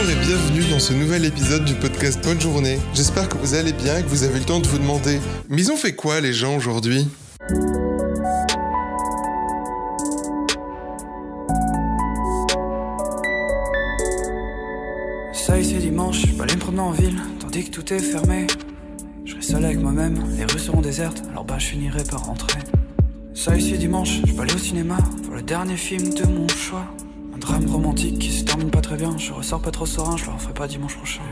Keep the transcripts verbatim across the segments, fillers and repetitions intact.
et bienvenue dans ce nouvel épisode du podcast Bonne Journée. J'espère que vous allez bien et que vous avez le temps de vous demander « Mais ils ont fait quoi les gens aujourd'hui ?» Ça y est, c'est dimanche, je peux aller me promener en ville, tandis que tout est fermé. Je serai seul avec moi-même, les rues seront désertes, alors bah je finirai par rentrer. Ça y est, c'est dimanche, je peux aller au cinéma, pour le dernier film de mon choix. Un drame romantique qui se termine pas très bien, je ressors pas trop serein, je le referai pas dimanche prochain.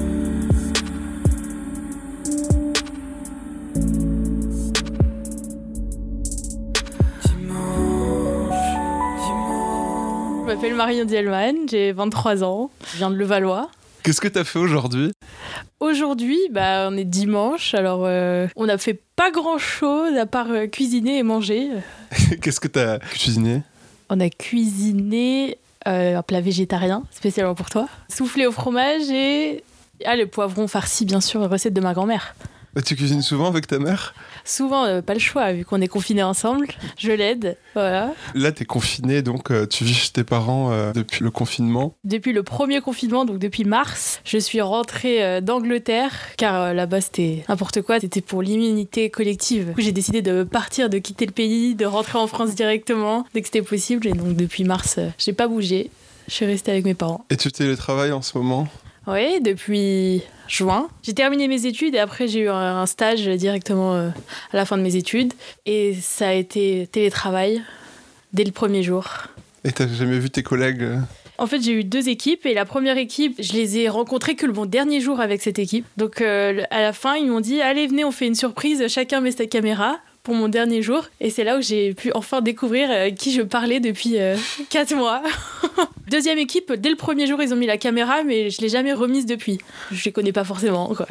Je m'appelle Marion Dielman, j'ai vingt-trois ans, je viens de Levallois. Qu'est-ce que t'as fait aujourd'hui ? Aujourd'hui, bah, on est dimanche, alors euh, on n'a fait pas grand-chose à part euh, cuisiner et manger. Qu'est-ce que t'as cuisiné ? On a cuisiné euh, un plat végétarien, spécialement pour toi. Soufflé au fromage et ah, le poivron farci, bien sûr, recette de ma grand-mère. Tu cuisines souvent avec ta mère ? Souvent, euh, pas le choix, vu qu'on est confinés ensemble. Je l'aide, voilà. Là, t'es confiné, donc euh, tu vis chez tes parents euh, depuis le confinement. Depuis le premier confinement, donc depuis mars, je suis rentrée euh, d'Angleterre, car euh, là-bas, c'était n'importe quoi. C'était pour l'immunité collective. Du coup, j'ai décidé de partir, de quitter le pays, de rentrer en France directement, dès que c'était possible. Et donc, depuis mars, euh, j'ai pas bougé. Je suis restée avec mes parents. Et tu télétravailles en ce moment ? Oui, depuis juin. J'ai terminé mes études et après j'ai eu un stage directement à la fin de mes études. Et ça a été télétravail dès le premier jour. Et t'as jamais vu tes collègues ? En fait, j'ai eu deux équipes et la première équipe, je les ai rencontrées que le mon dernier jour avec cette équipe. Donc euh, à la fin, ils m'ont dit « Allez, venez, on fait une surprise, chacun met sa caméra ». Pour mon dernier jour. Et c'est là où j'ai pu enfin découvrir euh, qui je parlais depuis euh, quatre mois. Deuxième équipe, dès le premier jour, ils ont mis la caméra, mais je ne l'ai jamais remise depuis. Je les connais pas forcément, quoi.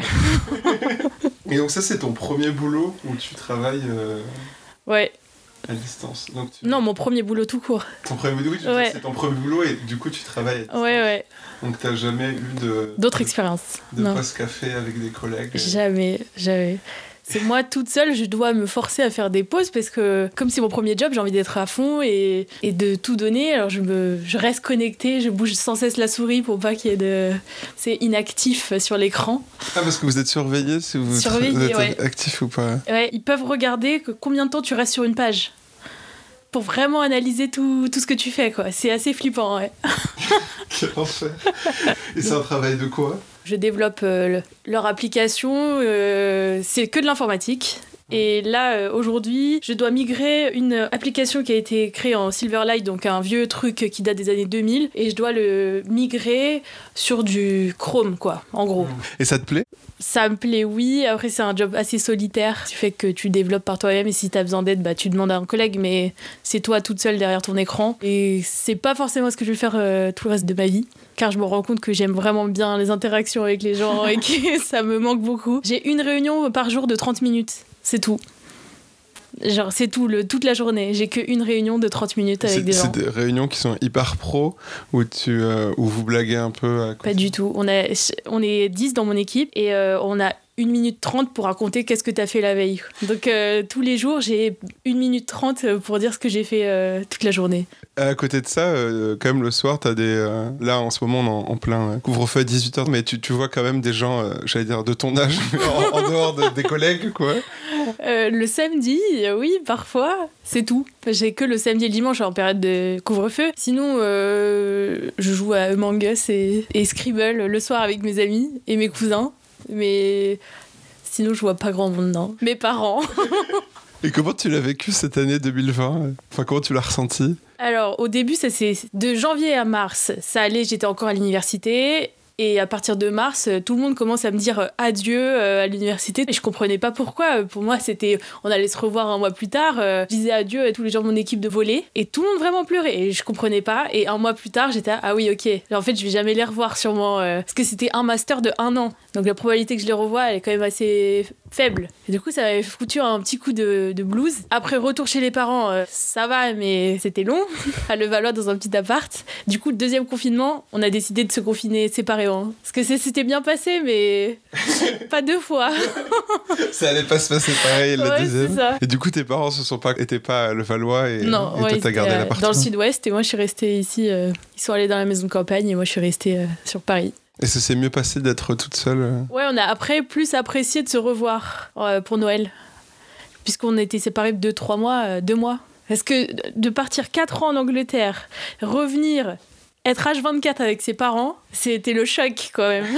Et donc ça, c'est ton premier boulot où tu travailles euh, ouais. à distance. Donc tu... Non, mon premier boulot tout court. Ton premier boulot, oui, tu ouais. dis, c'est ton premier boulot et du coup, tu travailles à distance. Ouais, ouais. Donc t'as jamais eu de... D'autres expériences. De non. pause café avec des collègues. Jamais, jamais. C'est moi toute seule, je dois me forcer à faire des pauses parce que comme c'est mon premier job, j'ai envie d'être à fond et, et de tout donner. Alors je, me, je reste connectée, je bouge sans cesse la souris pour pas qu'il y ait de... C'est inactif sur l'écran. Ah, parce que vous êtes surveillé si vous, Surveillé, vous êtes ouais. actif ou pas. Ouais, ils peuvent regarder que combien de temps tu restes sur une page pour vraiment analyser tout, tout ce que tu fais, quoi. C'est assez flippant, ouais. Quel enfer. Et c'est un travail de quoi ? Je développe euh, le, leur application, euh, c'est que de l'informatique. Et là, euh, aujourd'hui, je dois migrer une application qui a été créée en Silverlight, donc un vieux truc qui date des années deux mille, et je dois le migrer sur du Chrome, quoi, en gros. Et ça te plaît ? Ça me plaît, oui. Après, c'est un job assez solitaire. Tu fais que tu développes par toi-même et si tu as besoin d'aide, bah, tu demandes à un collègue, mais c'est toi toute seule derrière ton écran. Et c'est pas forcément ce que je vais faire euh, tout le reste de ma vie, car je me rends compte que j'aime vraiment bien les interactions avec les gens et que ça me manque beaucoup. J'ai une réunion par jour de trente minutes. C'est tout. Genre, c'est tout, le, toute la journée. J'ai qu'une réunion de trente minutes avec c'est, des gens. C'est des réunions qui sont hyper pro, où, tu, euh, où vous blaguez un peu à... Pas du tout. On, a, on est dix dans mon équipe et euh, on a une minute trente pour raconter qu'est-ce que t'as fait la veille. Donc, euh, tous les jours, j'ai une minute trente pour dire ce que j'ai fait euh, toute la journée. À côté de ça, euh, quand même, le soir, t'as des... Euh, là, en ce moment, on est en, en plein euh, couvre-feu à dix-huit heures, mais tu, tu vois quand même des gens, euh, j'allais dire, de ton âge, mais en, en dehors de, des collègues, quoi. Euh, le samedi, euh, oui, parfois, c'est tout. J'ai que le samedi et le dimanche en période de couvre-feu. Sinon, euh, je joue à Among Us et, et Scribble le soir avec mes amis et mes cousins. Mais sinon, je vois pas grand monde, non. Mes parents. Et comment tu l'as vécu cette année deux mille vingt ? Enfin, comment tu l'as ressenti ? Alors, au début, ça, c'est de janvier à mars, ça allait, j'étais encore à l'université. Et à partir de mars, tout le monde commence à me dire adieu à l'université. Et je comprenais pas pourquoi. Pour moi, c'était on allait se revoir un mois plus tard. Je disais adieu à tous les gens de mon équipe de volley. Et tout le monde vraiment pleurait. Et je comprenais pas. Et un mois plus tard, j'étais ah oui, ok. En fait, je vais jamais les revoir sûrement. Parce que c'était un master de un an. Donc la probabilité que je les revoie, elle est quand même assez faible. Et du coup, ça m'avait foutu un petit coup de, de blues. Après, retour chez les parents, euh, ça va, mais c'était long. À Levallois, dans un petit appart. Du coup, le deuxième confinement, on a décidé de se confiner séparément. Parce que c'était bien passé, mais pas deux fois. Ça allait pas se passer pareil, le ouais, deuxième. C'est ça. Et du coup, tes parents se sont pas, étaient pas à Levallois et, non, et ouais, toi, t'as gardé euh, l'appartement. Dans le sud-ouest, et moi, je suis restée ici. Euh, ils sont allés dans la maison de campagne, et moi, je suis restée euh, sur Paris. Et ça s'est mieux passé d'être toute seule euh... Ouais, on a après plus apprécié de se revoir euh, pour Noël. Puisqu'on était séparés de trois mois, euh, deux mois. Parce que de partir quatre ans en Angleterre, revenir, être H vingt-quatre avec ses parents, c'était le choc quand même.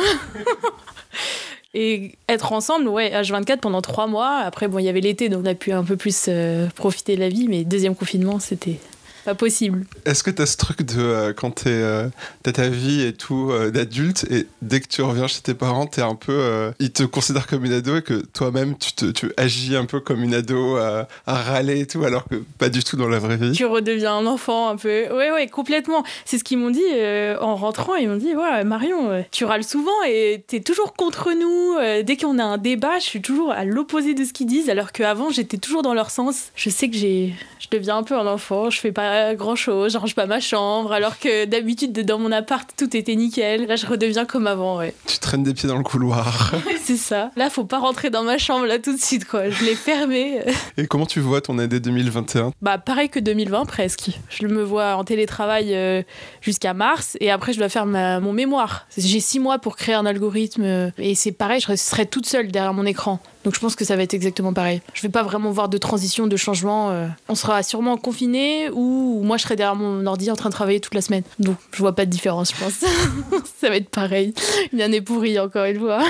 Et être ensemble, ouais, H vingt-quatre pendant trois mois. Après, bon, il y avait l'été, donc on a pu un peu plus euh, profiter de la vie. Mais deuxième confinement, c'était pas possible. Est-ce que t'as ce truc de euh, quand t'es, euh, t'as ta vie et tout euh, d'adulte et dès que tu reviens chez tes parents, t'es un peu, euh, ils te considèrent comme une ado et que toi-même tu, te, tu agis un peu comme une ado à, à râler et tout, alors que pas du tout dans la vraie vie. Tu redeviens un enfant un peu. Ouais, ouais, complètement. C'est ce qu'ils m'ont dit euh, en rentrant. Ils m'ont dit, ouais, Marion, euh, tu râles souvent et t'es toujours contre nous. Euh, dès qu'on a un débat, je suis toujours à l'opposé de ce qu'ils disent, alors qu'avant j'étais toujours dans leur sens. Je sais que j'ai, je deviens un peu un enfant. Je fais pas grand chose, je range pas ma chambre, alors que d'habitude dans mon appart tout était nickel. Là je redeviens comme avant, ouais. Tu traînes des pieds dans le couloir. C'est ça. Là faut pas rentrer dans ma chambre là tout de suite quoi. Je l'ai fermée. Et comment tu vois ton année deux mille vingt et un ? Bah pareil que deux mille vingt presque. Je me vois en télétravail euh, jusqu'à mars et après je dois faire ma, mon mémoire. J'ai six mois pour créer un algorithme euh, et c'est pareil, je serai toute seule derrière mon écran. Donc je pense que ça va être exactement pareil. Je vais pas vraiment voir de transition, de changement. Euh. On sera sûrement confinés ou moi je serai derrière mon ordi en train de travailler toute la semaine. Donc je vois pas de différence, je pense. Ça va être pareil. Une année pourrie encore une fois.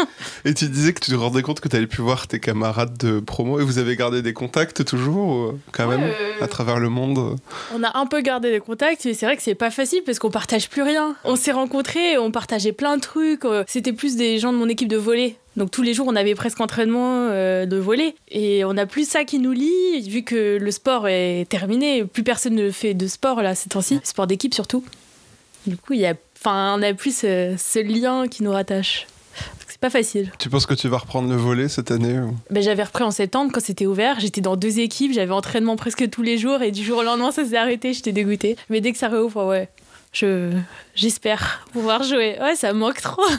Et tu disais que tu te rendais compte que tu allais plus voir tes camarades de promo et vous avez gardé des contacts toujours quand même ouais, euh... à travers le monde. On a un peu gardé des contacts mais c'est vrai que c'est pas facile parce qu'on partage plus rien. On s'est rencontrés, on partageait plein de trucs. C'était plus des gens de mon équipe de volley. Donc tous les jours on avait presque entraînement euh, de volley et on n'a plus ça qui nous lie vu que le sport est terminé. Plus personne ne fait de sport là ces temps-ci, sport d'équipe surtout. Du coup il y a, enfin on n'a plus ce, ce lien qui nous rattache. C'est pas facile. Tu penses que tu vas reprendre le volley cette année ou... ben, J'avais repris en septembre quand c'était ouvert. J'étais dans deux équipes, j'avais entraînement presque tous les jours et du jour au lendemain ça s'est arrêté, j'étais dégoûtée. Mais dès que ça réouvre, ouais, je... j'espère pouvoir jouer. Ouais, ça me manque trop.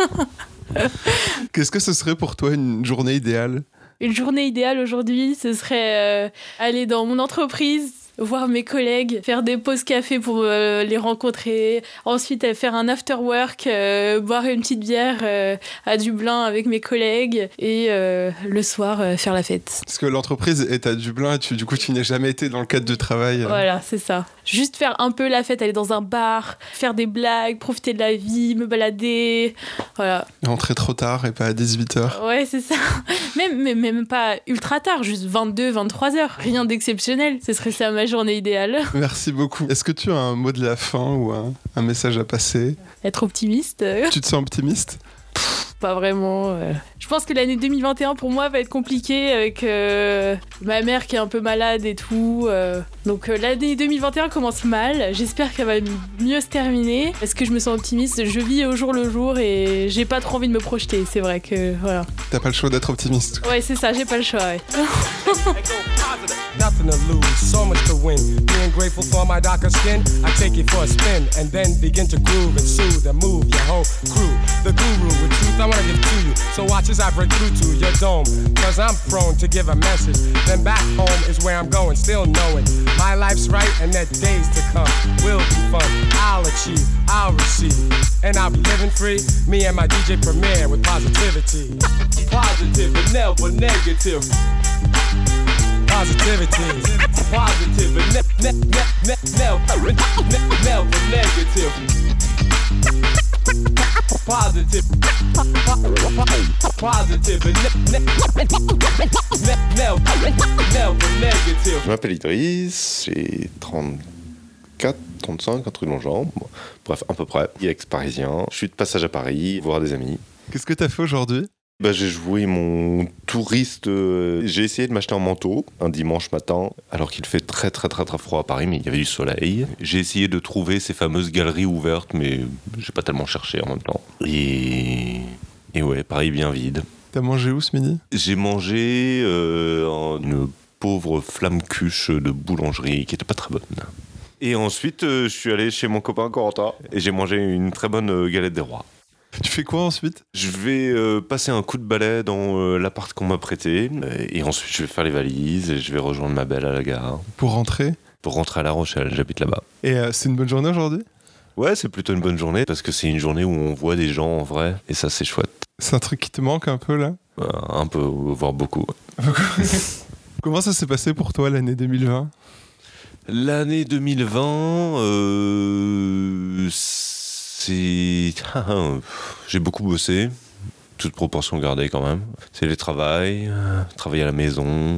Qu'est-ce que ce serait pour toi une journée idéale ? Une journée idéale aujourd'hui, ce serait euh, aller dans mon entreprise, voir mes collègues, faire des pauses café pour euh, les rencontrer, ensuite euh, faire un after work, euh, boire une petite bière euh, à Dublin avec mes collègues et euh, le soir euh, faire la fête. Parce que l'entreprise est à Dublin et tu, du coup tu n'es jamais été dans le cadre du travail. Euh... Voilà, c'est ça. Juste faire un peu la fête, aller dans un bar, faire des blagues, profiter de la vie, me balader, voilà. Rentrer trop tard et pas à dix-huit heures. Ouais, c'est ça. Même, même, même pas ultra tard, juste vingt-deux, vingt-trois heures. Rien d'exceptionnel. Ce serait ça ma journée idéale. Merci beaucoup. Est-ce que tu as un mot de la fin ou un, un message à passer ? Être optimiste. Tu te sens optimiste ? Pas vraiment. Euh. Je pense que l'année deux mille vingt et un pour moi va être compliquée avec euh, ma mère qui est un peu malade et tout. Euh. Donc euh, l'année deux mille vingt et un commence mal. J'espère qu'elle va mieux se terminer. Est-ce que je me sens optimiste ? Je vis au jour le jour et j'ai pas trop envie de me projeter. C'est vrai que voilà. T'as pas le choix d'être optimiste. Ouais, c'est ça. J'ai pas le choix. Ouais. Nothing to lose, so much to win. Being grateful for my darker skin, I take it for a spin and then begin to groove and soothe and move your whole crew. The guru with truth I wanna give to you, so watch as I break through to your dome. Cause I'm prone to give a message, then back home is where I'm going, still knowing my life's right and that days to come will be fun. I'll achieve, I'll receive, and I'll be living free. Me and my D J Premier with positivity. Positive and never negative. Positivity, positive and ne- ne- ne- ne- never, ne- never negative. Positive, positive and ne- ne- ne- never, never negative. Je m'appelle Idriss, j'ai trente-quatre, trente-cinq, un truc dans le genre. Bon, bref, à peu près. Ex-parisien. Je suis de passage à Paris, voir des amis. Qu'est-ce que t'as fait aujourd'hui ? Bah, j'ai joué mon touriste. Euh, j'ai essayé de m'acheter un manteau un dimanche matin, alors qu'il fait très très très très froid à Paris, mais il y avait du soleil. J'ai essayé de trouver ces fameuses galeries ouvertes, mais j'ai pas tellement cherché en même temps. Et, et ouais, Paris bien vide. T'as mangé où ce midi ? J'ai mangé euh, une pauvre flamme cuche de boulangerie qui était pas très bonne. Et ensuite, euh, je suis allé chez mon copain Corentin et j'ai mangé une très bonne euh, galette des rois. Tu fais quoi ensuite ? Je vais euh, passer un coup de balai dans euh, l'appart qu'on m'a prêté et ensuite je vais faire les valises et je vais rejoindre ma belle à la gare. Pour rentrer ? Pour rentrer à La Rochelle, j'habite là-bas. Et euh, c'est une bonne journée aujourd'hui ? Ouais, c'est plutôt une bonne journée parce que c'est une journée où on voit des gens en vrai et ça, c'est chouette. C'est un truc qui te manque un peu là? Euh, un peu, voire beaucoup. Comment ça s'est passé pour toi l'année deux mille vingt? L'année deux mille vingt, euh, c'est... J'ai beaucoup bossé, toute proportion gardée quand même. Télétravail, travail à la maison,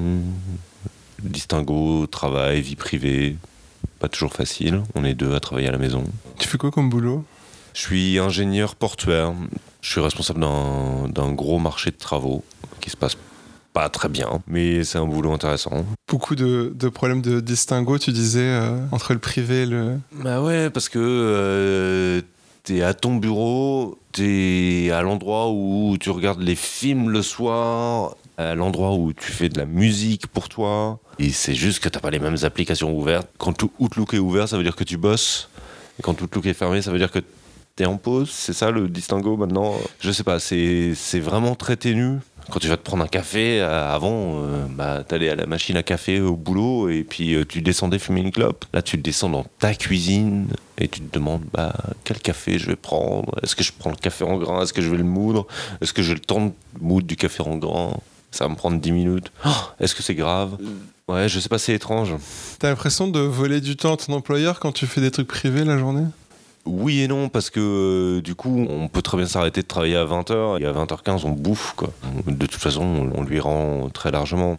distinguo, travail, vie privée. Pas toujours facile, on est deux à travailler à la maison. Tu fais quoi comme boulot? Je suis ingénieur portuaire, je suis responsable d'un, d'un gros marché de travaux qui se passe pas très bien, mais c'est un boulot intéressant. Beaucoup de, de problèmes de distinguo, tu disais, euh, entre le privé et le... Bah ouais, parce que euh, t'es à ton bureau, t'es à l'endroit où tu regardes les films le soir, à l'endroit où tu fais de la musique pour toi, et c'est juste que t'as pas les mêmes applications ouvertes. Quand Outlook est ouvert, ça veut dire que tu bosses, et quand Outlook est fermé, ça veut dire que t'es en pause. C'est ça le distinguo maintenant? Je sais pas, c'est, c'est vraiment très ténu. Quand tu vas te prendre un café, euh, avant, euh, bah, t'allais à la machine à café au boulot et puis euh, tu descendais fumer une clope. Là, tu descends dans ta cuisine et tu te demandes bah, quel café je vais prendre. Est-ce que je prends le café en grain? Est-ce que je vais le moudre? Est-ce que j'ai le temps de moudre du café en grain? Ça va me prendre dix minutes. Oh, est-ce que c'est grave? Ouais, je sais pas, c'est étrange. T'as l'impression de voler du temps à ton employeur quand tu fais des trucs privés la journée? Oui et non, parce que euh, du coup, on peut très bien s'arrêter de travailler à vingt heures et à vingt heures quinze, on bouffe, quoi. De toute façon, on lui rend très largement.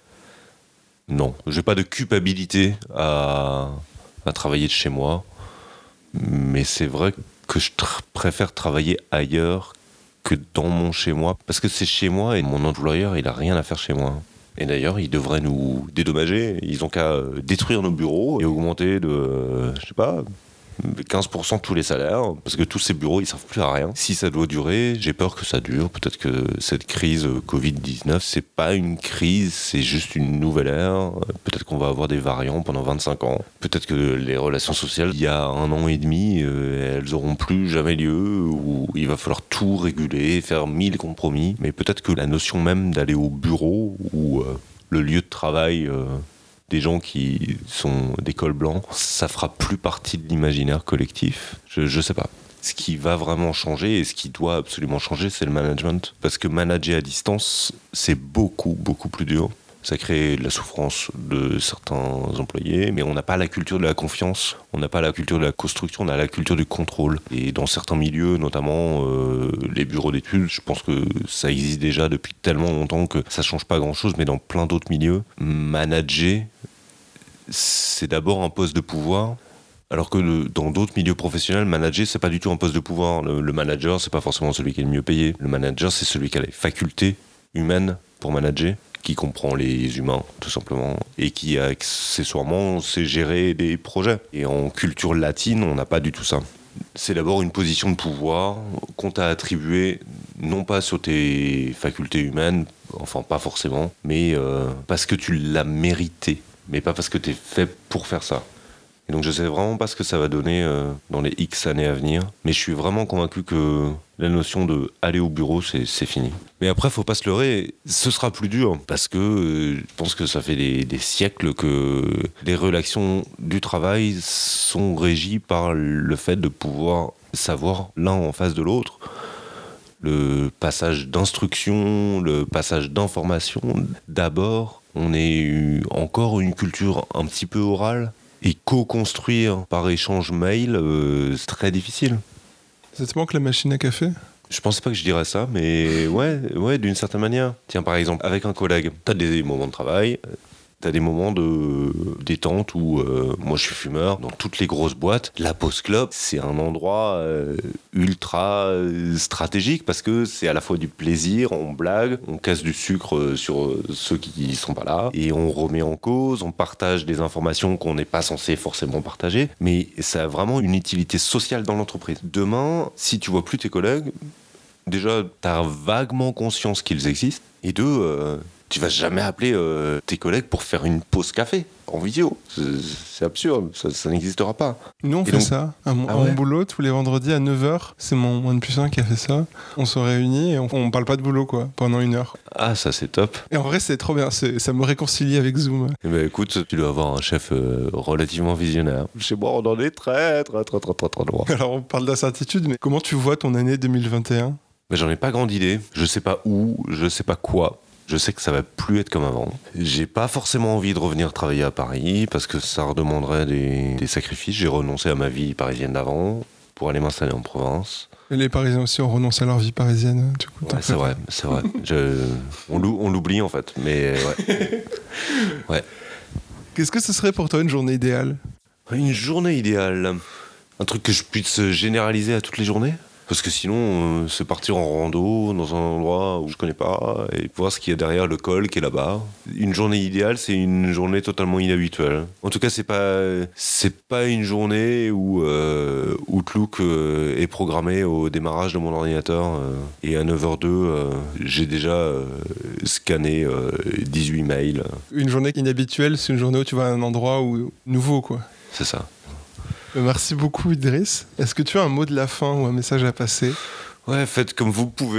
Non, j'ai pas de culpabilité à, à travailler de chez moi, mais c'est vrai que je tr- préfère travailler ailleurs que dans mon chez moi, parce que c'est chez moi et mon employeur, il a rien à faire chez moi. Et d'ailleurs, ils devraient nous dédommager. Ils ont qu'à détruire nos bureaux et augmenter de, euh, je sais pas, quinze pour cent de tous les salaires, parce que tous ces bureaux, ils servent plus à rien. Si ça doit durer, j'ai peur que ça dure. Peut-être que cette crise covid dix-neuf, c'est pas une crise, c'est juste une nouvelle ère. Peut-être qu'on va avoir des variants pendant vingt-cinq ans. Peut-être que les relations sociales, il y a un an et demi, euh, elles auront plus jamais lieu, ou il va falloir tout réguler, faire mille compromis. Mais peut-être que la notion même d'aller au bureau, ou euh, le lieu de travail... Euh, des gens qui sont des cols blancs, ça fera plus partie de l'imaginaire collectif. Je, je sais pas. Ce qui va vraiment changer et ce qui doit absolument changer, c'est le management. Parce que manager à distance, c'est beaucoup, beaucoup plus dur. Ça crée de la souffrance de certains employés, mais on n'a pas la culture de la confiance, on n'a pas la culture de la construction, on a la culture du contrôle. Et dans certains milieux, notamment euh, les bureaux d'études, je pense que ça existe déjà depuis tellement longtemps que ça ne change pas grand-chose, mais dans plein d'autres milieux, manager, c'est d'abord un poste de pouvoir. Alors que le, dans d'autres milieux professionnels, manager, c'est pas du tout un poste de pouvoir. Le, le manager, c'est pas forcément celui qui est le mieux payé. Le manager, c'est celui qui a les facultés humaines pour manager, qui comprend les humains, tout simplement, et qui, accessoirement, sait gérer des projets. Et en culture latine, on n'a pas du tout ça. C'est d'abord une position de pouvoir qu'on t'a attribuée, non pas sur tes facultés humaines, enfin pas forcément, mais euh, parce que tu l'as mérité, mais pas parce que t'es fait pour faire ça. Et donc je sais vraiment pas ce que ça va donner euh, dans les X années à venir, mais je suis vraiment convaincu que la notion de aller au bureau, c'est, c'est fini. Mais après, faut pas se leurrer, ce sera plus dur, parce que euh, je pense que ça fait des, des siècles que les relations du travail sont régies par le fait de pouvoir savoir l'un en face de l'autre. Le passage d'instruction, le passage d'information. D'abord, on est encore une culture un petit peu orale. Et co-construire par échange mail, euh, c'est très difficile. Ça te manque la machine à café? Je pensais pas que je dirais ça, mais ouais, ouais, d'une certaine manière. Tiens, par exemple, avec un collègue, t'as des moments de travail, t'as des moments de détente où, euh, moi je suis fumeur, dans toutes les grosses boîtes, la pause clope, c'est un endroit euh, ultra euh, stratégique parce que c'est à la fois du plaisir, on blague, on casse du sucre sur ceux qui sont pas là, et on remet en cause, on partage des informations qu'on n'est pas censé forcément partager, mais ça a vraiment une utilité sociale dans l'entreprise. Demain, si tu vois plus tes collègues, déjà, t'as vaguement conscience qu'ils existent, et deux, euh, Tu vas jamais appeler euh, tes collègues pour faire une pause café en vidéo. C'est, c'est absurde, ça, ça n'existera pas. Nous, on Et fait donc... ça. À mon, ah à ouais mon boulot, tous les vendredis à neuf heures, c'est mon N plus un qui a fait ça. On se réunit et on, on parle pas de boulot, quoi, pendant une heure. Ah, ça c'est top. Et en vrai, c'est trop bien. C'est, ça me réconcilie avec Zoom. Eh ben, écoute, tu dois avoir un chef euh, relativement visionnaire. Chez moi, on en est très, très, très, très, très, très loin. Alors, on parle d'incertitude, mais comment tu vois ton année deux mille vingt et un ? Mais j'en ai pas grande idée. Je sais pas où, je sais pas quoi. Je sais que ça va plus être comme avant. J'ai pas forcément envie de revenir travailler à Paris parce que ça redemanderait des, des sacrifices. J'ai renoncé à ma vie parisienne d'avant pour aller m'installer en province. Et les Parisiens aussi ont renoncé à leur vie parisienne. Du coup, Ouais, c'est vrai, c'est vrai. Je, on, l'ou, on l'oublie en fait, mais ouais. ouais. Qu'est-ce que ce serait pour toi une journée idéale ? Une journée idéale. Un truc que je puisse généraliser à toutes les journées ? Parce que sinon, euh, c'est partir en rando dans un endroit où je connais pas et voir ce qu'il y a derrière le col qui est là-bas. Une journée idéale, c'est une journée totalement inhabituelle. En tout cas, c'est pas c'est pas une journée où euh, Outlook euh, est programmé au démarrage de mon ordinateur euh, et à neuf heures zéro deux, euh, j'ai déjà euh, scanné euh, dix-huit mails. Une journée inhabituelle, c'est une journée où tu vas à un endroit où nouveau, quoi. C'est ça. Merci beaucoup Idriss. Est-ce que tu as un mot de la fin ou un message à passer ? Ouais, faites comme vous pouvez.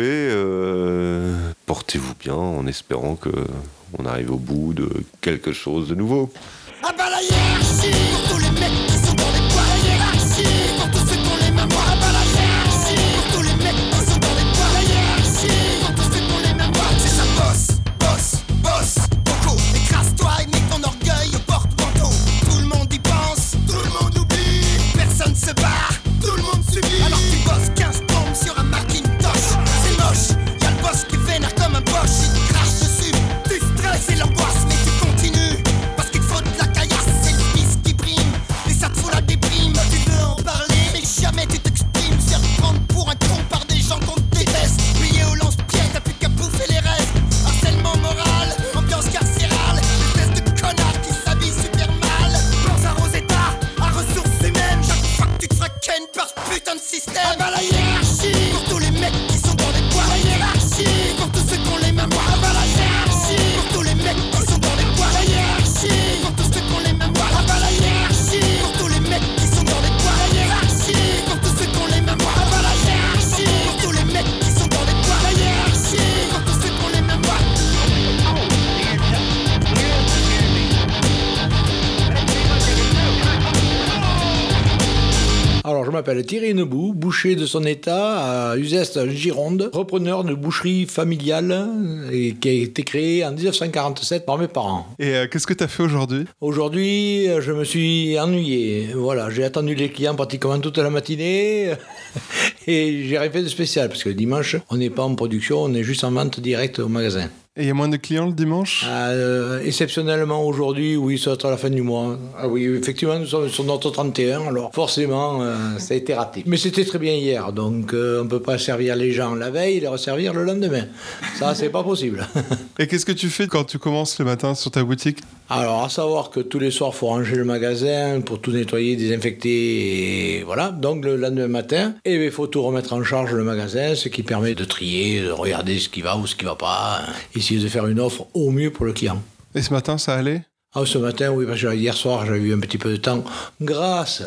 Euh, portez-vous bien en espérant qu'on arrive au bout de quelque chose de nouveau. Ah bah la hiérarchie pour tous les mecs qui sont dans les bois. La hiérarchie pour tous ceux qui ont les mains moires. Ah bah la hiérarchie pour tous les mecs qui sont dans les bois. La hiérarchie pour tous ceux qui ont les mains moires. C'est ça, boss, boss, boss. Coco, écrase-toi et mets ton orgueil au porte-manteau. Tout le monde y pense, tout le monde oublie. Personne se barre, tout le monde subit. Alors tu bosses quinze bombes sur un Macintosh. C'est moche, y'a le boss qui vénère comme un boss. Il te crache dessus, tu stresses et l'angoisse. Mais tu continues, parce qu'il te faut de la caillasse. C'est le fils qui prime, et ça te fout la déprime. Tu veux en parler, mais jamais tu t'exprimes. Se faire prendre pour un con par des gens qu'on déteste. Plié au lance-pied, t'as plus qu'à bouffer les restes. Harcèlement moral, ambiance carcérale. Espèce de connard qui s'habille super mal. Pense à Rosetta, à ressources humaines. Chaque fois que tu te feras ken par ce putain de système. Ah bah la hiérarchie pour tous les mecs qui sont dans les bois. La hiérarchie pour tous ceux qui ont les mains moires. Ah bah la hiérarchie pour tous les mecs qui sont dans les bois. La hiérarchie pour tous ceux qui ont les mains moires. Ah bah la hiérarchie pour tous les mecs qui sont dans les bois. La hiérarchie pour tous ceux qui ont les mains moires. Ah bah la hiérarchie pour tous les mecs qui sont dans les bois. La hiérarchie pour tous ceux qui ont les mains moires. Alors, je m'appelle Thierry Nebou, boucher de son état à Uzès, en Gironde, repreneur de boucherie familiale et qui a été créée en dix-neuf cent quarante-sept par mes parents. Et euh, qu'est-ce que tu as fait aujourd'hui ? Aujourd'hui, je me suis ennuyé. Voilà, j'ai attendu les clients pratiquement toute la matinée et j'ai rien fait de spécial parce que le dimanche, on n'est pas en production, on est juste en vente directe au magasin. Et il y a moins de clients le dimanche ? Euh, exceptionnellement aujourd'hui, oui, ça va être à la fin du mois. Ah oui, effectivement, nous sommes sur notre trente et un, alors forcément, euh, ça a été raté. Mais c'était très bien hier, donc euh, on ne peut pas servir les gens la veille et les resservir le lendemain. Ça, c'est pas possible. Et qu'est-ce que tu fais quand tu commences le matin sur ta boutique ? Alors, à savoir que tous les soirs, il faut ranger le magasin pour tout nettoyer, désinfecter, et voilà. Donc, le lendemain matin, il faut tout remettre en charge le magasin, ce qui permet de trier, de regarder ce qui va ou ce qui ne va pas, essayer de faire une offre au mieux pour le client. Et ce matin, ça allait ? Ah, ce matin, oui, parce que hier soir, j'avais eu un petit peu de temps grâce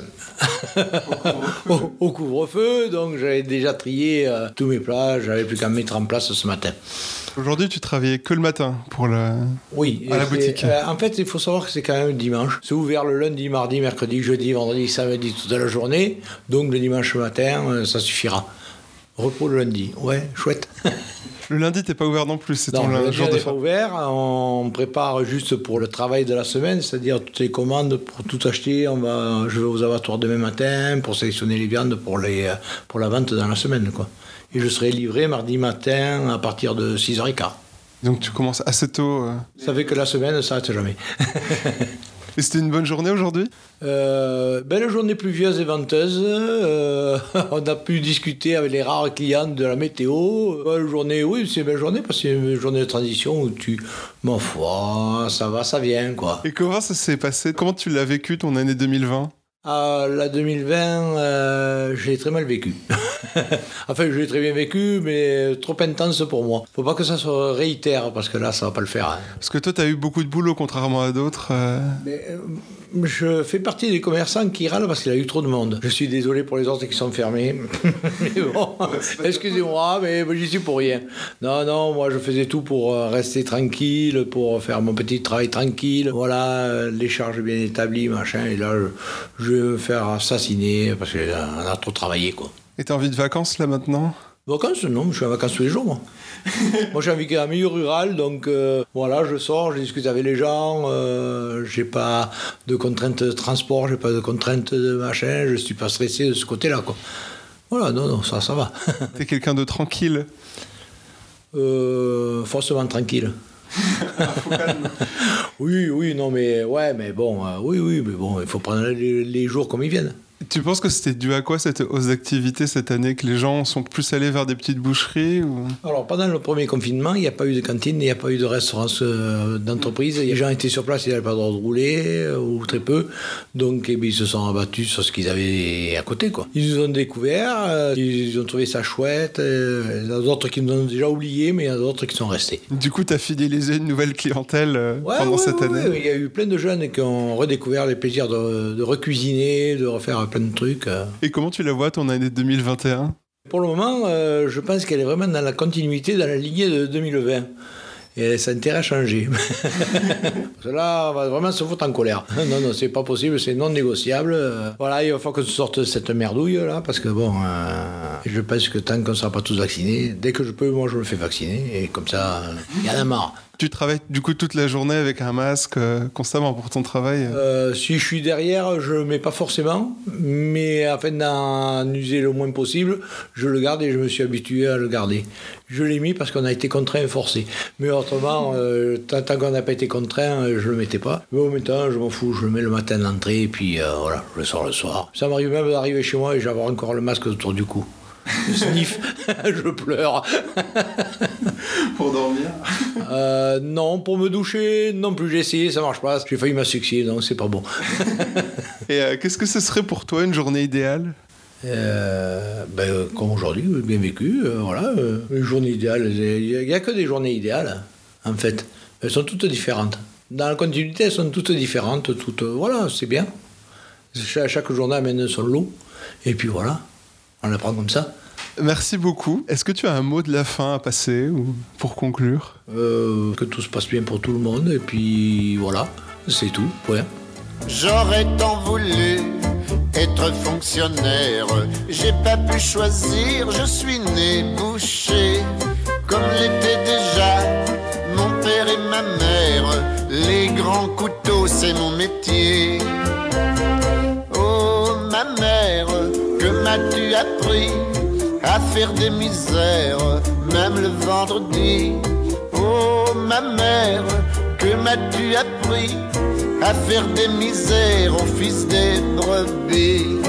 au, au couvre-feu, donc j'avais déjà trié euh, tous mes plats, j'avais plus qu'à mettre en place ce matin. Aujourd'hui, tu travaillais que le matin pour la, oui, à la boutique. Euh, en fait, il faut savoir que c'est quand même dimanche. C'est ouvert le lundi, mardi, mercredi, jeudi, vendredi, samedi, toute la journée. Donc le dimanche matin, euh, ça suffira. Repos le lundi. Ouais, chouette. Le lundi, t'es pas ouvert non plus, c'est non, ton le lundi, jour on de n'est pas ouvert. On prépare juste pour le travail de la semaine, c'est-à-dire toutes les commandes pour tout acheter. On va, je vais aux abattoirs demain matin pour sélectionner les viandes pour, les, pour la vente dans la semaine, quoi. Et je serai livré mardi matin à partir de six heures quinze. Donc tu commences assez tôt. Euh... Ça fait que la semaine ne s'arrête jamais. Et c'était une bonne journée aujourd'hui ? euh, Belle journée pluvieuse et venteuse. Euh, on a pu discuter avec les rares clients de la météo. Belle journée, oui, c'est une belle journée parce que c'est une journée de transition où tu... Ma foi, ça va, ça vient, quoi. Et comment ça s'est passé ? Comment tu l'as vécu ton année deux mille vingt ? Ah, la deux mille vingt, euh, je l'ai très mal vécu. Enfin, je l'ai très bien vécu, mais trop intense pour moi. Faut pas que ça se réitère, parce que là, ça va pas le faire. Hein. Parce que toi, t'as eu beaucoup de boulot, contrairement à d'autres. Euh... Mais, euh, je fais partie des commerçants qui râlent parce qu'il y a eu trop de monde. Je suis désolé pour les autres qui sont fermés. Mais bon, excusez-moi, mais j'y suis pour rien. Non, non, moi, je faisais tout pour rester tranquille, pour faire mon petit travail tranquille. Voilà, les charges bien établies, machin. Et là, je, je vais me faire assassiner parce qu'on a trop travaillé, quoi. Et t'as envie de vacances, là, maintenant ? Vacances, non, je suis en vacances tous les jours, moi. Moi, j'ai vécu en milieu rural, donc euh, voilà, je sors, je discute avec les gens, euh, j'ai pas de contraintes de transport, j'ai pas de contraintes de machin, je suis pas stressé de ce côté-là, quoi. Voilà, non, non, ça, ça va. T'es quelqu'un de tranquille ? euh, Forcément tranquille. Oui, oui, non, mais ouais, mais bon, euh, oui, oui, mais bon, il faut prendre les, les jours comme ils viennent. Tu penses que c'était dû à quoi cette hausse d'activité cette année, que les gens sont plus allés vers des petites boucheries ou... Alors pendant le premier confinement, il n'y a pas eu de cantine, il n'y a pas eu de restaurants euh, d'entreprise. Les gens étaient sur place, ils n'avaient pas le droit de rouler, euh, ou très peu. Donc eh bien, ils se sont abattus sur ce qu'ils avaient à côté, quoi. Ils nous ont découvert, euh, ils ont trouvé ça chouette. Euh, il y en a d'autres qui nous ont déjà oubliés, mais il y en a d'autres qui sont restés. Du coup, tu as fidélisé une nouvelle clientèle euh, ouais, pendant ouais, cette ouais, année. Ouais. Il y a eu plein de jeunes qui ont redécouvert les plaisirs de, de recuisiner, de refaire plein de trucs. Et comment tu la vois, ton année deux mille vingt et un ? Pour le moment, euh, je pense qu'elle est vraiment dans la continuité, dans la lignée de deux mille vingt. Et ça a intérêt à changer. Là, on va vraiment se foutre en colère. Non, non, c'est pas possible, c'est non négociable. Voilà, il va falloir que tu sortes cette merdouille, là, parce que bon, euh, je pense que tant qu'on ne sera pas tous vaccinés, dès que je peux, moi, je me fais vacciner, et comme ça, il y en a marre. Tu travailles du coup toute la journée avec un masque euh, constamment pour ton travail euh, Si je suis derrière, je le mets pas forcément, mais afin d'en user le moins possible, je le garde et je me suis habitué à le garder. Je l'ai mis parce qu'on a été contraint et forcé. Mais autrement, euh, tant, tant qu'on n'a pas été contraint, je le mettais pas. Mais au maintenant, je m'en fous, je le mets le matin à l'entrée et puis euh, voilà, je le sors le soir. Ça m'arrive même d'arriver chez moi et j'avoir encore le masque autour du cou. Je sniffe, je pleure. Pour dormir euh, Non, pour me doucher, non plus. J'ai essayé, ça marche pas. J'ai failli m'asphyxier, donc c'est pas bon. Et euh, qu'est-ce que ce serait pour toi une journée idéale ? euh, ben, Comme aujourd'hui, bien vécu, euh, voilà. Euh, une journée idéale, il n'y a, a que des journées idéales, en fait. Elles sont toutes différentes. Dans la continuité, elles sont toutes différentes. Toutes, euh, voilà, c'est bien. Chaque, chaque journée amène son lot. Et puis voilà. On la prend comme ça. Merci beaucoup. Est-ce que tu as un mot de la fin à passer ou pour conclure ? euh, Que tout se passe bien pour tout le monde et puis voilà, c'est tout. Ouais. J'aurais tant voulu être fonctionnaire, j'ai pas pu choisir, je suis né boucher. Comme l'étaient déjà mon père et ma mère, les grands couteaux c'est mon métier. Oh ma mère, que m'as-tu appris à faire des misères, même le vendredi? Oh ma mère, que m'as-tu appris à faire des misères au fils des brebis?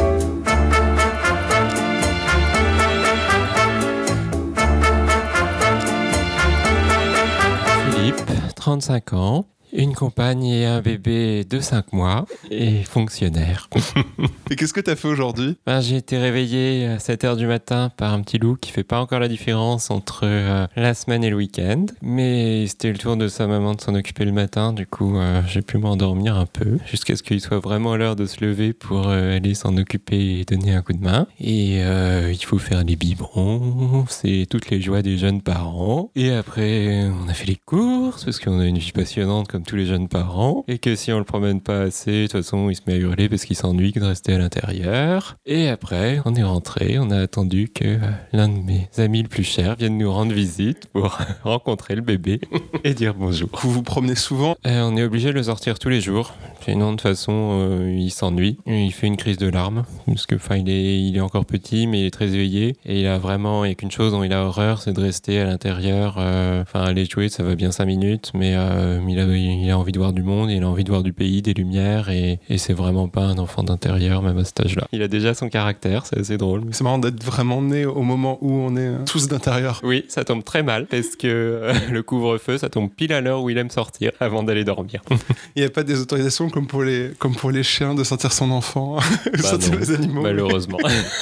Philippe, trente-cinq ans. Une compagne et un bébé de cinq mois et fonctionnaire. Et qu'est-ce que tu as fait aujourd'hui ? Ben, j'ai été réveillé à sept heures du matin par un petit loup qui fait pas encore la différence entre euh, la semaine et le week-end. Mais c'était le tour de sa maman de s'en occuper le matin. Du coup, euh, j'ai pu m'endormir un peu jusqu'à ce qu'il soit vraiment l'heure de se lever pour euh, aller s'en occuper et donner un coup de main. Et euh, il faut faire les biberons. C'est toutes les joies des jeunes parents. Et après, on a fait les courses parce qu'on a une vie passionnante comme tous les jeunes parents, et que si on le promène pas assez, de toute façon il se met à hurler parce qu'il s'ennuie de rester à l'intérieur. Et après on est rentré, on a attendu que euh, l'un de mes amis le plus cher vienne nous rendre visite pour rencontrer le bébé et dire bonjour. Vous vous promenez souvent ? euh, On est obligé de le sortir tous les jours, sinon de toute façon euh, il s'ennuie, il fait une crise de larmes, parce que enfin il est, il est encore petit mais il est très éveillé, et il a vraiment, il y a qu'une chose dont il a horreur, c'est de rester à l'intérieur, enfin euh, aller jouer ça va bien cinq minutes, mais euh, il a il a envie de voir du monde, il a envie de voir du pays, des lumières, et, et c'est vraiment pas un enfant d'intérieur, même à cet âge-là. Il a déjà son caractère, c'est assez drôle. C'est marrant d'être vraiment né au moment où on est euh, tous d'intérieur. Oui, ça tombe très mal, parce que euh, le couvre-feu, ça tombe pile à l'heure où il aime sortir, avant d'aller dormir. Il n'y a pas des autorisations comme pour les, comme pour les chiens de sortir son enfant, Bah sortir non, les animaux. malheureusement.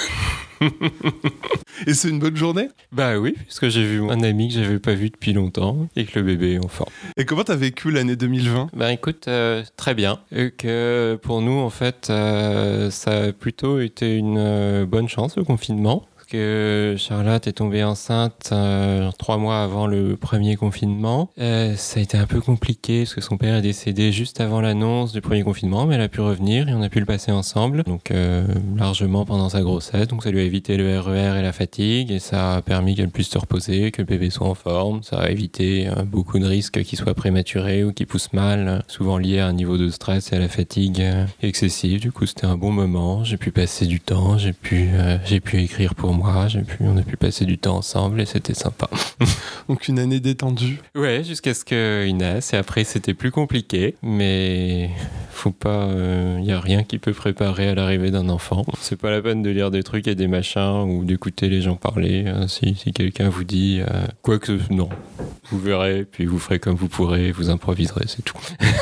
Et c'est une bonne journée. Bah oui, puisque j'ai vu un ami que j'avais pas vu depuis longtemps et que le bébé est en forme. Et comment t'as vécu l'année deux mille vingt? Bah écoute, euh, très bien. Et que pour nous, en fait, euh, ça a plutôt été une euh, bonne chance, le confinement. Que Charlotte est tombée enceinte euh, trois mois avant le premier confinement. Euh, ça a été un peu compliqué parce que son père est décédé juste avant l'annonce du premier confinement, mais elle a pu revenir et on a pu le passer ensemble, donc euh, largement pendant sa grossesse. Donc ça lui a évité le R E R et la fatigue et ça a permis qu'elle puisse se reposer, que le bébé soit en forme. Ça a évité euh, beaucoup de risques qu'il soit prématuré ou qu'il pousse mal, euh, souvent lié à un niveau de stress et à la fatigue euh, excessive. Du coup, c'était un bon moment. J'ai pu passer du temps, j'ai pu, euh, j'ai pu écrire pour moi, j'ai pu, on a pu passer du temps ensemble et c'était sympa. Donc une année détendue. Ouais, jusqu'à ce qu'il naisse et après c'était plus compliqué, mais faut pas, il euh, y a rien qui peut préparer à l'arrivée d'un enfant. C'est pas la peine de lire des trucs et des machins ou d'écouter les gens parler. Euh, si si quelqu'un vous dit euh, quoi que ce, non, vous verrez, puis vous ferez comme vous pourrez, vous improviserez, c'est tout.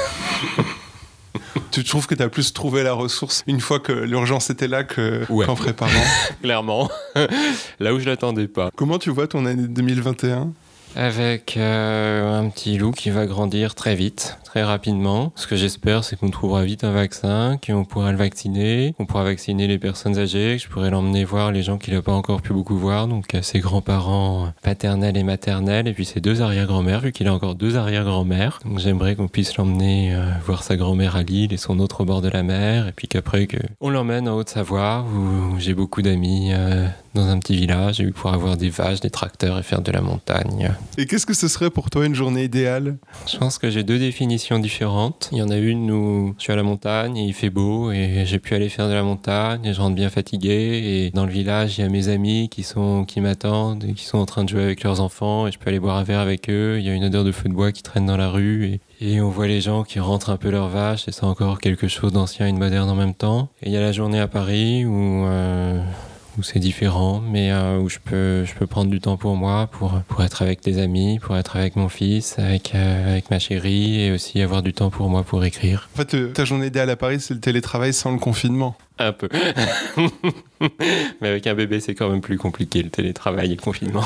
Tu trouves que tu as plus trouvé la ressource une fois que l'urgence était là que, ouais. qu'en préparant? Clairement. Là où je l'attendais pas. Comment tu vois ton année deux mille vingt et un? Avec euh, un petit loup qui va grandir très vite, très rapidement. Ce que j'espère, c'est qu'on trouvera vite un vaccin, qu'on pourra le vacciner, qu'on pourra vacciner les personnes âgées, que je pourrai l'emmener voir les gens qu'il n'a pas encore pu beaucoup voir, donc ses grands-parents paternels et maternels, et puis ses deux arrière-grand-mères, vu qu'il a encore deux arrière-grand-mères. Donc j'aimerais qu'on puisse l'emmener euh, voir sa grand-mère à Lille et son autre bord de la mer, et puis qu'après que on l'emmène en Haute-Savoie, où j'ai beaucoup d'amis euh, dans un petit village, et où pouvoir avoir des vaches, des tracteurs et faire de la montagne. Et qu'est-ce que ce serait pour toi une journée idéale? Je pense que j'ai deux définitions différentes. Il y en a une où je suis à la montagne et il fait beau et j'ai pu aller faire de la montagne et je rentre bien fatigué. Et dans le village, il y a mes amis qui, sont, qui m'attendent et qui sont en train de jouer avec leurs enfants et je peux aller boire un verre avec eux. Il y a une odeur de feu de bois qui traîne dans la rue et, et on voit les gens qui rentrent un peu leurs vaches et c'est encore quelque chose d'ancien et de moderne en même temps. Et il y a la journée à Paris où... Euh, où c'est différent, mais euh, où je peux, je peux prendre du temps pour moi, pour, pour être avec des amis, pour être avec mon fils, avec, euh, avec ma chérie, et aussi avoir du temps pour moi pour écrire. En fait, le, ta journée idéale à Paris, c'est le télétravail sans le confinement. Un peu. Mais avec un bébé, c'est quand même plus compliqué, le télétravail et le confinement.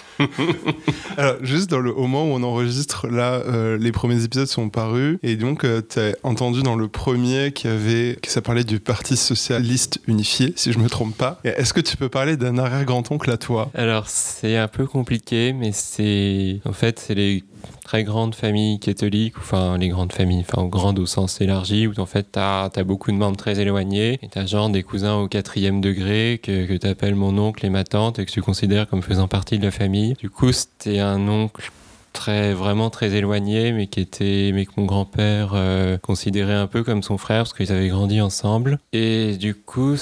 Alors, juste dans le, au moment où on enregistre, là, euh, les premiers épisodes sont parus, et donc euh, tu as entendu dans le premier qu'il y avait, que ça parlait du Parti Socialiste Unifié, si je me trompe pas. Et est-ce que tu peux parler d'un arrière-grand-oncle à toi? Alors, c'est un peu compliqué, mais c'est... En fait, c'est les très grandes familles catholiques, enfin les grandes familles, enfin grandes au sens élargi, où en fait t'as as beaucoup de membres très éloignés, et t'as genre des cousins au quatrième degré que, que t'appelles mon oncle et ma tante et que tu considères comme faisant partie de la famille. Du coup, c'était un oncle très, vraiment très éloigné, mais qui était, mais que mon grand-père euh, considérait un peu comme son frère parce qu'ils avaient grandi ensemble. Et du coup,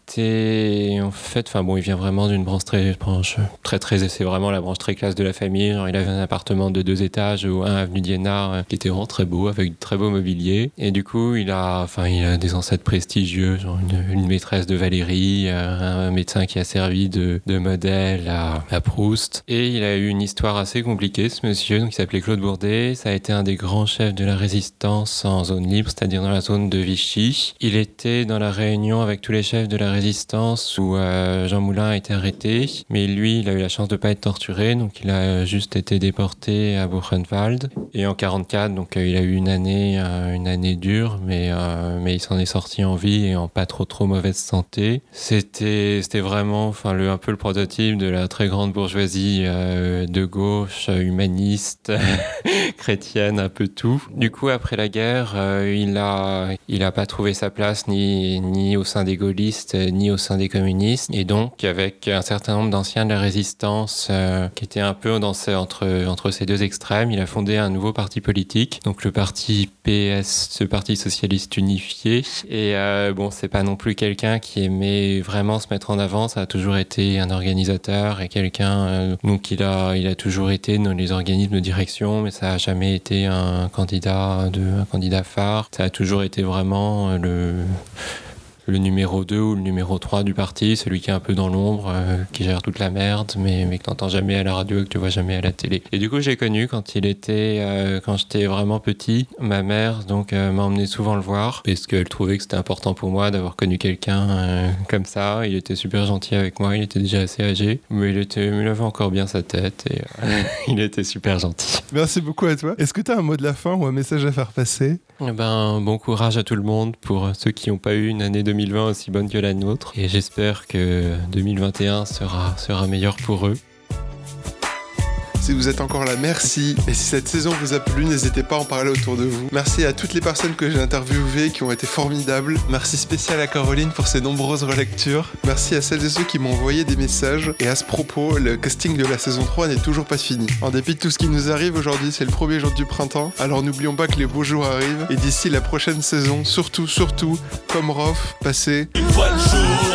c'était en fait, enfin bon, il vient vraiment d'une branche très, branche très, très, c'est vraiment la branche très classe de la famille. Genre, il avait un appartement de deux étages au un avenue d'Iéna euh, qui était vraiment très beau, avec de très beau mobilier. Et du coup, il a, enfin, il a des ancêtres prestigieux, genre une, une maîtresse de Valérie, euh, un médecin qui a servi de, de modèle à, à Proust. Et il a eu une histoire assez compliquée, ce monsieur. Donc il s'appelait Claude Bourdet, ça a été un des grands chefs de la résistance en zone libre, c'est-à-dire dans la zone de Vichy. Il était dans la réunion avec tous les chefs de la résistance où euh, Jean Moulin a été arrêté, mais lui, il a eu la chance de ne pas être torturé, donc il a juste été déporté à Buchenwald. Et en quarante-quatre, donc euh, il a eu une année, euh, une année dure, mais, euh, mais il s'en est sorti en vie et en pas trop trop mauvaise santé. C'était, c'était vraiment, enfin, le, un peu le prototype de la très grande bourgeoisie euh, de gauche, humaniste, chrétienne, un peu tout. Du coup, après la guerre, euh, il a, il a pas trouvé sa place ni, ni au sein des gaullistes, ni au sein des communistes. Et donc, avec un certain nombre d'anciens de la résistance euh, qui étaient un peu dans ces, entre, entre ces deux extrêmes, il a fondé un nouveau parti politique, donc le parti P S, ce Parti Socialiste Unifié. Et euh, bon, c'est pas non plus quelqu'un qui aimait vraiment se mettre en avant, ça a toujours été un organisateur et quelqu'un, euh, donc il a, il a toujours été dans les organisations organisme de direction, mais ça a jamais été un candidat de, un candidat phare. Ça a toujours été vraiment le le numéro deux ou le numéro trois du parti, celui qui est un peu dans l'ombre, euh, qui gère toute la merde, mais, mais que t'entends jamais à la radio et que tu vois jamais à la télé. Et du coup, j'ai connu quand il était, euh, quand j'étais vraiment petit, ma mère donc euh, m'a emmené souvent le voir parce qu'elle trouvait que c'était important pour moi d'avoir connu quelqu'un euh, comme ça. Il était super gentil avec moi, il était déjà assez âgé, mais il était, il avait encore bien sa tête et euh, il était super gentil. Merci beaucoup à toi. Est-ce que tu as un mot de la fin ou un message à faire passer ? Eh ben, bon courage à tout le monde pour ceux qui n'ont pas eu une année deux mille vingt aussi bonne que la nôtre. Et j'espère que deux mille vingt et un sera, sera meilleur pour eux. Si vous êtes encore là, merci. Et si cette saison vous a plu, n'hésitez pas à en parler autour de vous. Merci à toutes les personnes que j'ai interviewées qui ont été formidables. Merci spécial à Caroline pour ses nombreuses relectures. Merci à celles et ceux qui m'ont envoyé des messages. Et à ce propos, le casting de la saison trois n'est toujours pas fini. En dépit de tout ce qui nous arrive aujourd'hui, c'est le premier jour du printemps. Alors n'oublions pas que les beaux jours arrivent. Et d'ici la prochaine saison, surtout, surtout, comme Rof, passez une bonne journée.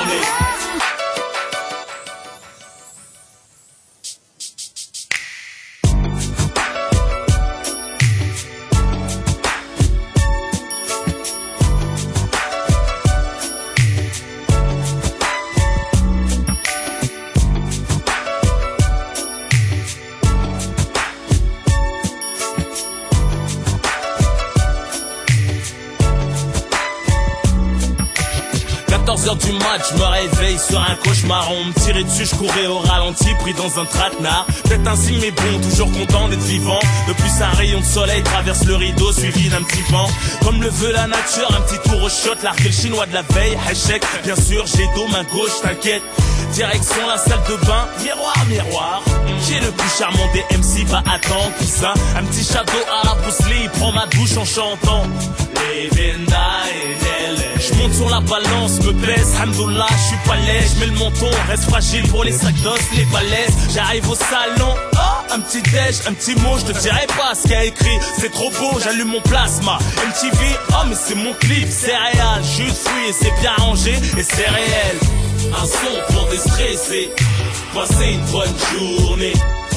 quatorze heures du match, je me réveille sur un cauchemar. On me tirait dessus, je courais au ralenti, pris dans un traquenard. Peut-être un signe mais bon, toujours content d'être vivant. Depuis un rayon de soleil traverse le rideau, suivi d'un petit vent. Comme le veut la nature, un petit tour au shot, l'arc chinois de la veille, échec. Bien sûr, j'ai dos, main gauche, t'inquiète. Direction la salle de bain, miroir, miroir. J'ai le plus charmant des M C, va attendre tout ça. Un petit château à la Bruce Lee, prend ma douche en chantant. Je monte sur la balance, me pèse, hamdoullah, je suis pas laid, je mets le menton, reste fragile pour les sacs d'os, les balaises. J'arrive au salon, oh, un petit déj, un petit mot, je te dirai pas ce qu'il y a écrit, c'est trop beau, j'allume mon plasma. M T V, oh mais c'est mon clip, c'est réel, jus de fruits et c'est bien rangé et c'est réel. Un son pour déstresser, passer une bonne journée.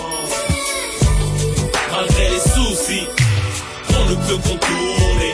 Malgré les soucis, on ne peut contourner.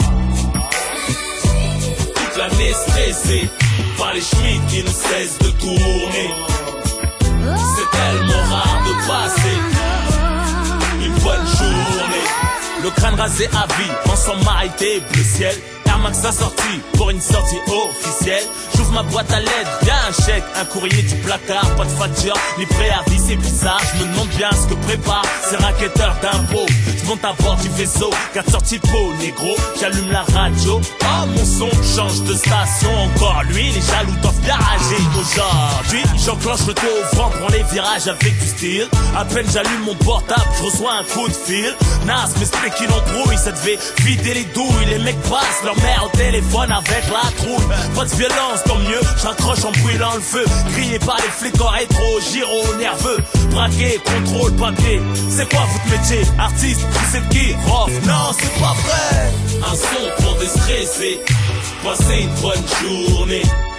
Toute l'année stressée, par les chemins qui ne cessent de tourner. C'est tellement rare de passer une bonne journée. Le crâne rasé à vie, ensemble marité, bleu ciel. Air Max assorti pour une sortie officielle. J'ouvre ma boîte à lettres, y'a un chèque, un courrier du placard, pas de facture, ni préavis, c'est bizarre. Je me demande bien ce que prépare ces raquetteurs d'impôts. Je monte à bord du vaisseau, quatre sorties de peau, négro. J'allume la radio, oh mon son change de station. Encore lui, les jaloux doivent bien rager. Aujourd'hui, j'enclenche le taux au vent, prends les virages avec du style. À peine j'allume mon portable, je reçois un coup de fil. Nas, mais c'était qu'il embrouille, ça devait vider les douilles. Les mecs passent leur mère au téléphone avec la trouille. Pas de violence, tant mieux, j'accroche en brûlant le feu. Grillé par les flics en rétro, gyro nerveux. Braqué, contrôle, papier. C'est quoi votre métier? Artiste, c'est qui? Rof, non, c'est pas vrai. Un son pour déstresser, passer une bonne journée.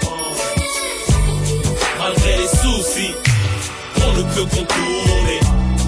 Malgré les soucis, on ne peut contourner.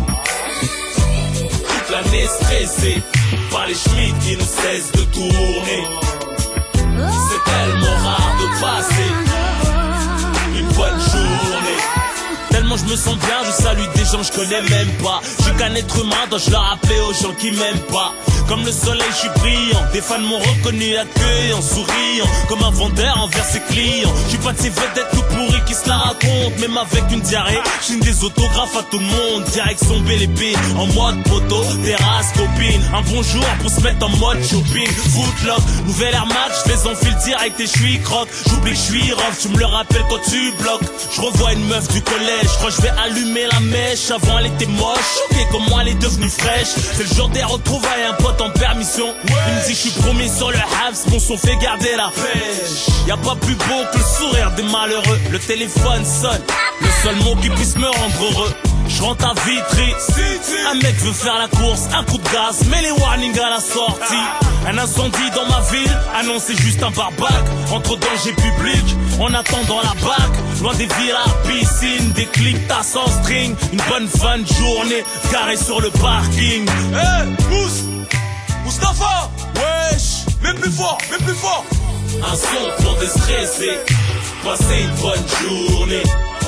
Toute l'année stressée, par les chemins qui ne cessent de tourner. C'est tellement rare de passer une bonne journée. Tellement je me sens bien, je salue des gens que je connais même pas. Je suis qu'un être humain, dois-je leur rappeler aux gens qui m'aiment pas. Comme le soleil, je suis brillant. Des fans m'ont reconnu accueillant, souriant. Comme un vendeur envers ses clients. Je suis pas de ces vedettes tout pourries qui se la racontent. Même avec une diarrhée, j'signe des autographes à tout le monde. Direction B L P, en mode poteau, terrasse, copine. Un bonjour pour se mettre en mode shopping. Footlock, nouvelle Air Max, je les enfile direct et je suis croque. J'oublie que je suis rough, tu me le rappelles quand tu bloques. Je revois une meuf du collège, je crois que je vais allumer la mèche. Avant elle était moche, choquée comment elle est devenue fraîche. C'est le jour des retrouvailles, un pote en permission. Il me dit que je suis promis sur le Habs, mon son fait garder la pêche. Y'a pas plus beau que le sourire des malheureux. Le téléphone sonne, le seul mot qui puisse me rendre heureux. Je rentre à Vitry, un mec veut faire la course, un coup de gaz, mais les warnings à la sortie. Un incendie dans ma ville, ah non c'est juste un barbac. Entre danger public, en attendant la bac. Loin des villas, piscines, des clics, tasses en string. Une bonne fin de journée, garé sur le parking. Hey, Mousse, Mustapha, wesh, même plus fort, même plus fort. Un son pour déstresser, passer une bonne journée.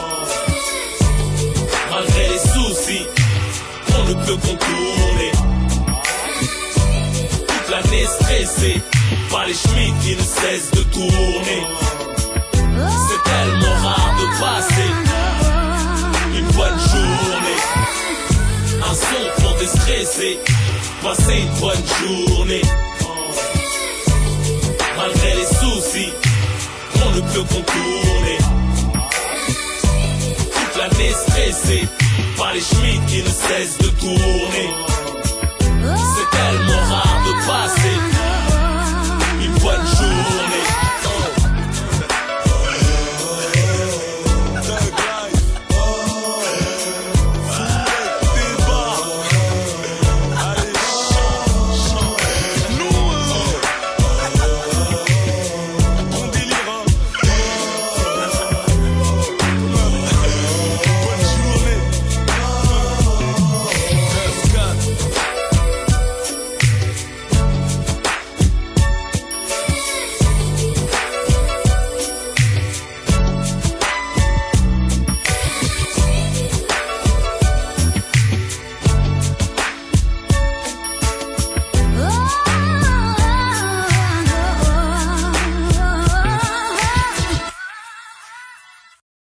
Malgré les soucis, on ne peut contourner. Toute l'année stressée, par les chemins qui ne cessent de tourner. C'est tellement rare de passer une bonne journée. Un son pour déstresser, passer une bonne journée. Malgré les soucis, on ne peut contourner. Toute l'année stressée, par les chemins qui ne cessent de tourner.